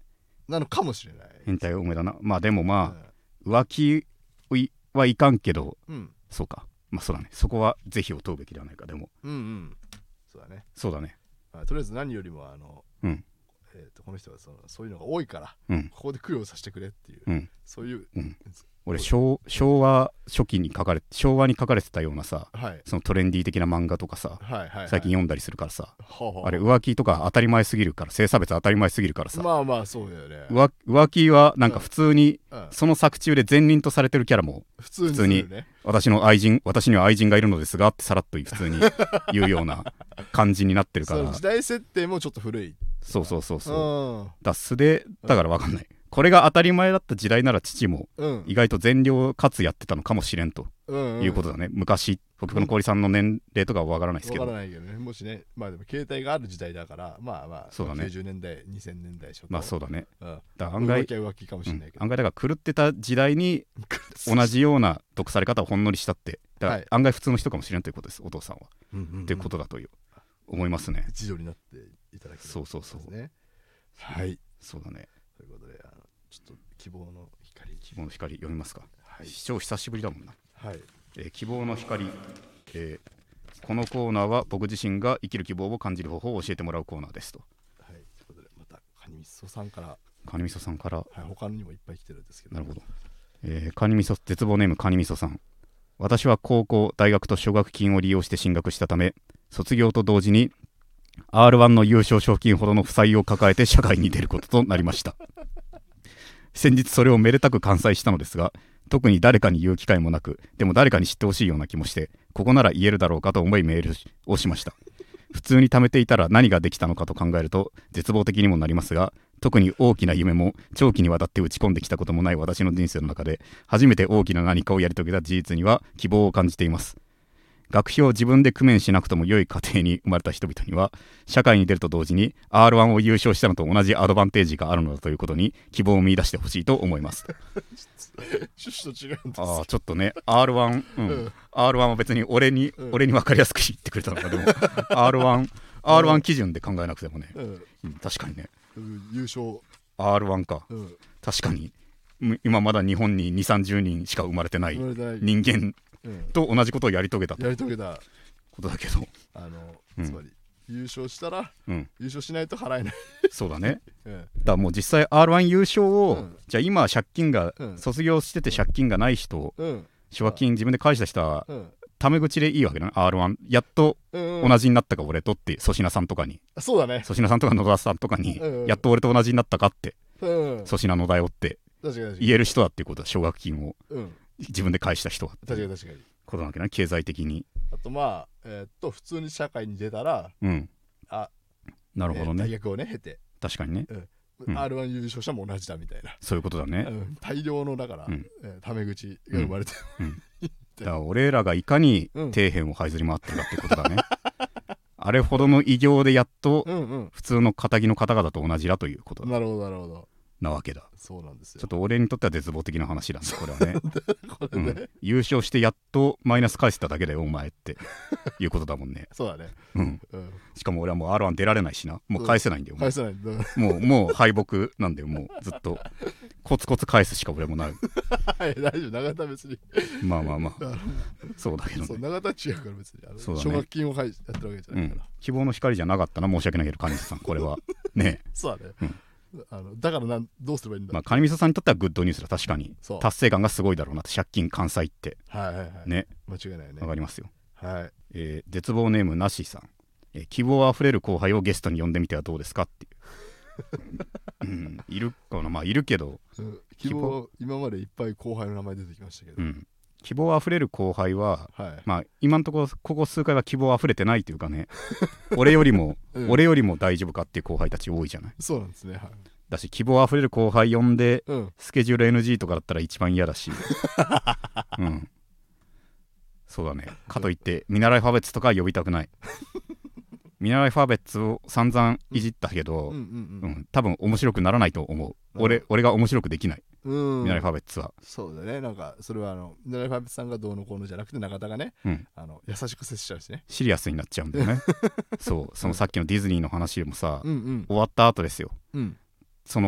なのかもしれない。 変態多めだな。まあでもまあ、うん、浮気はいかんけど、うん、そうか、まあそうだね、そこは是非を問うべきではないか。でもうんうんそうだねそうだね、 まあ、とりあえず何よりもあの、うんえー、とこの人はそのそういうのが多いから、うん、ここで供養させてくれっていう、うん、そういう、うん、 俺 昭, 昭和初期に書かれ昭和に書かれてたようなさ、はい、そのトレンディー的な漫画とかさ、はいはいはい、最近読んだりするからさ、ははあれ浮気とか当たり前すぎるから、性差別当たり前すぎるからさ、 まあまあそうだよね。 浮, 浮気はなんか普通に、うん、その作中で善人とされてるキャラも普通 に, 普通に、ね、私の愛人私には愛人がいるのですがってさらっと普通に言うような感じになってるから時代設定もちょっと古い。 そうそうそうそう、だ素でだから分かんない、うん、これが当たり前だった時代なら父も意外と善良かつやってたのかもしれんということだね、うんうん、昔僕の氷さんの年齢とかは分からないですけど、 分からないけどね、もしね、まあでも携帯がある時代だからまあまあそうだ、ね、きゅうじゅうねんだいにせんねんだい初頭、 まあそうだね、 うん、だから案外浮気かもしれないけど、 うん、案外だから狂ってた時代に同じような毒され方をほんのりしたってだから案外普通の人かもしれんということです、お父さんは、うんうんうん、っていうことだという思いますね。 一助になっていただける、ね、 そうそうそう、 はい、 そうだね。 ということで、あのちょっと希望の光希望の光読みますか。はい、視聴久しぶりだもんな。 はい、 えー、希望の光、えー、このコーナーは僕自身が生きる希望を感じる方法を教えてもらうコーナーですと。 はい、ということでまたカニみそさんからカニみそさんから、はい、 他にもいっぱい来てるんですけど、 なるほど、えー、カニみそ絶望ネームカニみそさん。私は高校大学と奨学金を利用して進学したため、卒業と同時に アールワン の優勝賞金ほどの負債を抱えて社会に出ることとなりました。先日それをめでたく完済したのですが、特に誰かに言う機会もなく、でも誰かに知ってほしいような気もして、ここなら言えるだろうかと思いメールをしました。普通に貯めていたら何ができたのかと考えると絶望的にもなりますが、特に大きな夢も長期にわたって打ち込んできたこともない私の人生の中で初めて大きな何かをやり遂げた事実には希望を感じています。学費を自分で工面しなくとも良い家庭に生まれた人々には、社会に出ると同時に アールワン を優勝したのと同じアドバンテージがあるのだということに希望を見出してほしいと思います。 趣旨と違うんです。 ああちょっとね アールワン、うんうん、アールワン は別に俺に、うん、俺に分かりやすく言ってくれたのか。でも アールワン アールワン 基準で考えなくてもね、うんうん、確かにね、 うん、優勝アールワン か、うん、確かに今まだ日本ににじゅう、さんじゅうにんしか生まれてない人間と同じことをやり遂げたとやり遂げたことだけど、 あの、うん、つまり優勝したら、うん、優勝しないと払えない。 そうだね、うん、だからもう実際 アールワン 優勝を、うん、じゃあ今借金が、うん、卒業してて借金がない人、うん、奨学金自分で返した人は、うん、タメ口でいいわけだね。 アールワン やっと同じになったか俺とって粗品さんとかに、 そうだね、 粗品さんとか野田さんとかに、うんうん、やっと俺と同じになったかって、うんうん、粗品野田よって言える人だっていうことは、奨学金を、うん、自分で返した人は確かに確かにことなわけね、経済的に。 あとまあえー、っと普通に社会に出たら、うん、あなるほどね、 大学をね経て確かにね、 うん、アールワン 優勝者も同じだみたいな、 そういうことだね、 うん、大量のだから、うんえー、タメ口が生まれて、うんうん、 だから俺らがいかに底辺を這いずり回ってるかってことだね、うん、あれほどの偉業でやっと普通の堅気の方々と同じだということだ。 なるほどなるほどなわけだ。 そうなんですよ。 ちょっと俺にとっては絶望的な話だねこれはね。これね、うん、優勝してやっとマイナス返せただけだよお前っていうことだもんね。 そうだね、 うんうん、しかも俺はもう アールワン 出られないしな、もう返せないんだよ、 返せないもうもう敗北なんだよ、もうずっとコツコツ返すしか俺もない。 大丈夫、永田別にまあまあまあそうだけどね、 そう永田違うから別にあのそうだ、ね、奨学金をやってるわけじゃないから、うん、 希望の光じゃなかったな、申し訳ないけど金瀬さんこれはね。 そうだね、うんあのだからなんどうすればいいんだ。 まあカニみそさんにとってはグッドニュースだ。確かに達成感がすごいだろうなって、借金完済って。 はいはいはい、 ね、 間違いないね。 わかりますよ。 はい、 えー、絶望ネームなしさん、えー、希望あふれる後輩をゲストに呼んでみてはどうですかっていう、うん、いるかな、まあいるけど、 うん、希望今までいっぱい後輩の名前出てきましたけど、うん、 希望あふれる後輩は、はい、まあ今のところここ数回は希望あふれてないというかね俺よりも、うん、俺よりも大丈夫かっていう後輩たち多いじゃない。 そうなんですね、はい、 だし希望あふれる後輩呼んで、うん、スケジュール エヌジー とかだったら一番嫌だし、うん、そうだね。かといって見習いファベッツとかは呼びたくない。見習いファベッツを散々いじったけど、うんうんうんうん、多分面白くならないと思う。俺、俺が面白くできない。見習いファベッツは。 そうだね。なんかそれはあの見習いファベッツさんがどうのこうのじゃなくて、中田がね、うん、あの優しく接しちゃうしね。 シリアスになっちゃうんだよね。そう、そのさっきのディズニーの話でもさ、うんうん、終わった後ですよ。うん、その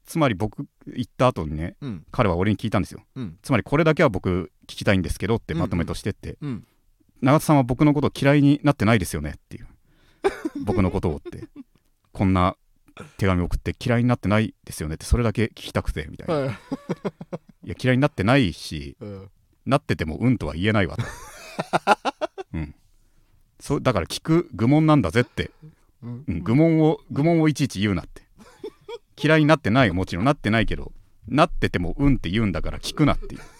つまり僕行った後にね、うん、彼は俺に聞いたんですよ、うん、つまりこれだけは僕聞きたいんですけどってまとめとしてって、うんうん、永田さんは僕のこと嫌いになってないですよねっていう僕のことをってこんな手紙送って嫌いになってないですよねってそれだけ聞きたくてみたいな、はい、いや嫌いになってないし、うん、なっててもうんとは言えないわと、うん、そだから聞く愚問なんだぜって、うんうん、愚問を愚問をいちいち言うなって嫌いになってないもちろんなってないけどなっててもうんって言うんだから聞くなっていう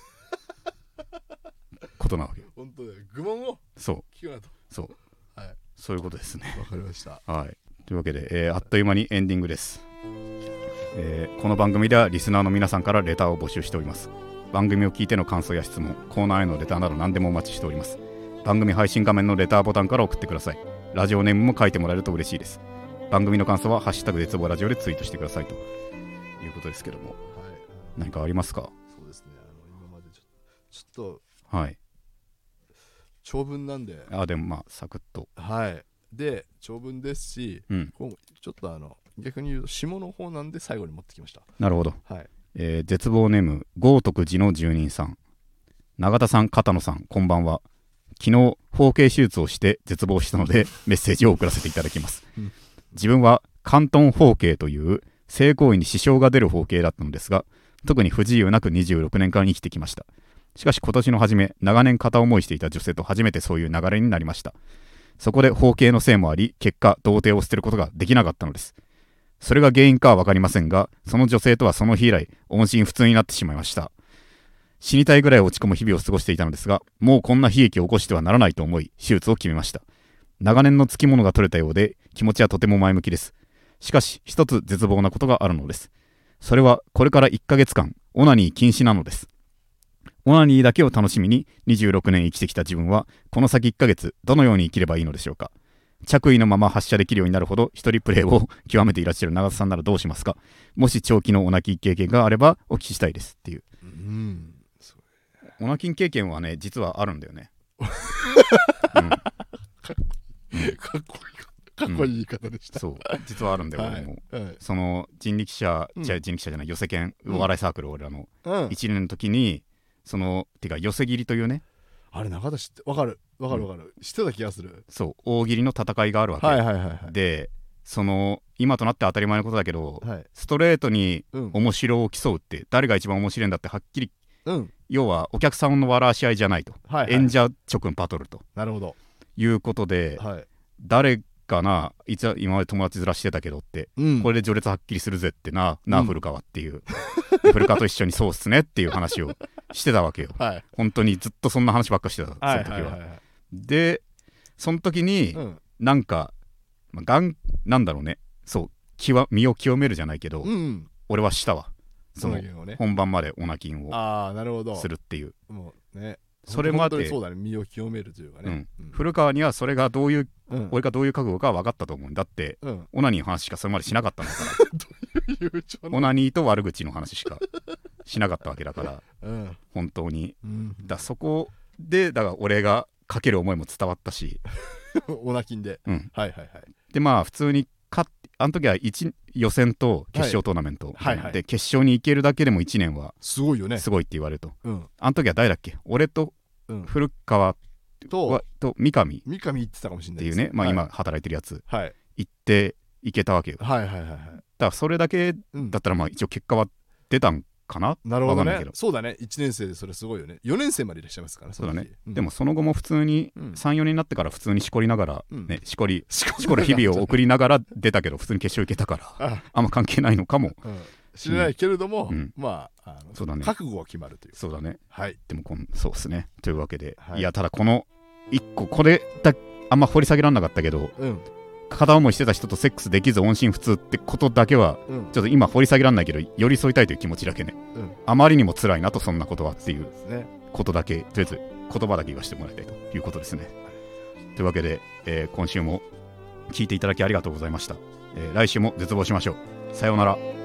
ことなわけよ。 本当だよ愚問を聞くなとそう、はい、そういうことですね。 わかりました、 はい、というわけで、えー、あっという間にエンディングです、えー、この番組ではリスナーの皆さんからレターを募集しております。番組を聞いての感想や質問コーナーへのレターなど何でもお待ちしております。番組配信画面のレターボタンから送ってください。ラジオネームも書いてもらえると嬉しいです。番組の感想はハッシュタグ絶望ラジオでツイートしてくださいということですけども、はい、何かありますか？ そうですね、あの今までちょ、ちょっとはい長文なんであでもまあサクッとはいで長文ですし、うん、今ちょっとあの逆に言うと下の方なんで最後に持ってきました。 なるほど、 はいえー、絶望ネーム豪徳寺の住人さん、永田さん片野さんこんばんは。昨日包茎手術をして絶望したのでメッセージを送らせていただきます、うん、自分は関東包茎という性行為に支障が出る包茎だったのですが特に不自由なくにじゅうろくねんかん生きてきました。しかし今年の初め長年片思いしていた女性と初めてそういう流れになりました。そこで包茎のせいもあり結果童貞を捨てることができなかったのです。それが原因かは分かりませんがその女性とはその日以来音信不通になってしまいました。死にたいぐらい落ち込む日々を過ごしていたのですがもうこんな悲劇を起こしてはならないと思い手術を決めました。長年のつきものが取れたようで気持ちはとても前向きです。しかし一つ絶望なことがあるのです。それはこれからいっかげつかんオナニー禁止なのです。オナニーだけを楽しみににじゅうろくねん生きてきた自分はこの先いっかげつどのように生きればいいのでしょうか。着衣のまま発射できるようになるほど一人プレイを極めていらっしゃる永田さんならどうしますか。もし長期のオナキン経験があればお聞きしたいですっていう、うん、オナキン経験はね実はあるんだよね、うん、 かっこいいかっこいい言い方でした、 うん、そう実はあるんだよ、はい、俺も、はい、その人力車、うん、じゃ人力車じゃない寄せ犬、うん、お笑いサークル俺らのいちねんの時にそのてか寄せ切りというねあれ中田知ってわかるわかるわかる、うん、知ってた気がする。 そう大喜利の戦いがあるわけ、 はいはいはいはい、 でその今となって当たり前のことだけど、はい、ストレートに面白を競うって、うん、誰が一番面白いんだってはっきり、うん、要はお客さんの笑わし合いじゃないと、はいはい、演者直バトルとなるほどいうことで、はい、誰かないつ今まで友達ずらしてたけどって、うん、これで序列はっきりするぜってな、なあ古川っていう、うん、古川と一緒にそうっすねっていう話をしてたわけよ、はい、本当にずっとそんな話ばっかしてた、はい、その時は、はいはいはい、でその時に、うん、なんか、まあ、がんなんだろうねそう身を清めるじゃないけど、うん、俺はしたわその、ね、本番までオナキンをするっていうもうねそれまでそうだね身を清めるというかね、 うんうん、古川にはそれがどういう、うん、俺がどういう覚悟か分かったと思うんだって、うん、オナニーの話しかそれまでしなかったんだからどういうオナニーと悪口の話しかしなかったわけだから、うん、本当に、うん、だそこでだから俺がかける思いも伝わったしオナキンで、うん、はいはいはいでまあ普通に勝ってあの時はいち予選と決勝トーナメント、はいはいはい、で決勝に行けるだけでもいちねんはすごいよねすごいって言われると、うん、あの時は誰だっけ俺と古川と、と三上三上行ってたかもしれないっていうね、まあ、今働いてるやつ、はい、行って行けたわけよ、 はいはいはいはい、だからそれだけだったらまあ一応結果は出たんかな、 なるほどね。そうだねいちねん生でそれすごいよね。よねん生までいらっしゃいますからそうだね、うん、でもその後も普通に、うん、さん、よねんになってから普通にしこりながら、うん、ねしこりしこる日々を送りながら出たけど普通に決勝行けたからあ, あんま関係ないのかも、うん、 知らないけれども、うん、まあ、 あのそうだね、 覚悟は決まるというそうだね、 はい、 でもこんそうですねというわけで、はい、いやただこのいっここれだあんま掘り下げられなかったけど、うん、片思いしてた人とセックスできず音信不通ってことだけは、うん、ちょっと今掘り下げられないけど寄り添いたいという気持ちだけね、うん、あまりにも辛いなとそんなことはっていうことだけ、とりあえず言葉だけ言わせてもらいたいということですね、はい、というわけで、えー、今週も聞いていただきありがとうございました、えー、来週も絶望しましょう。さようなら。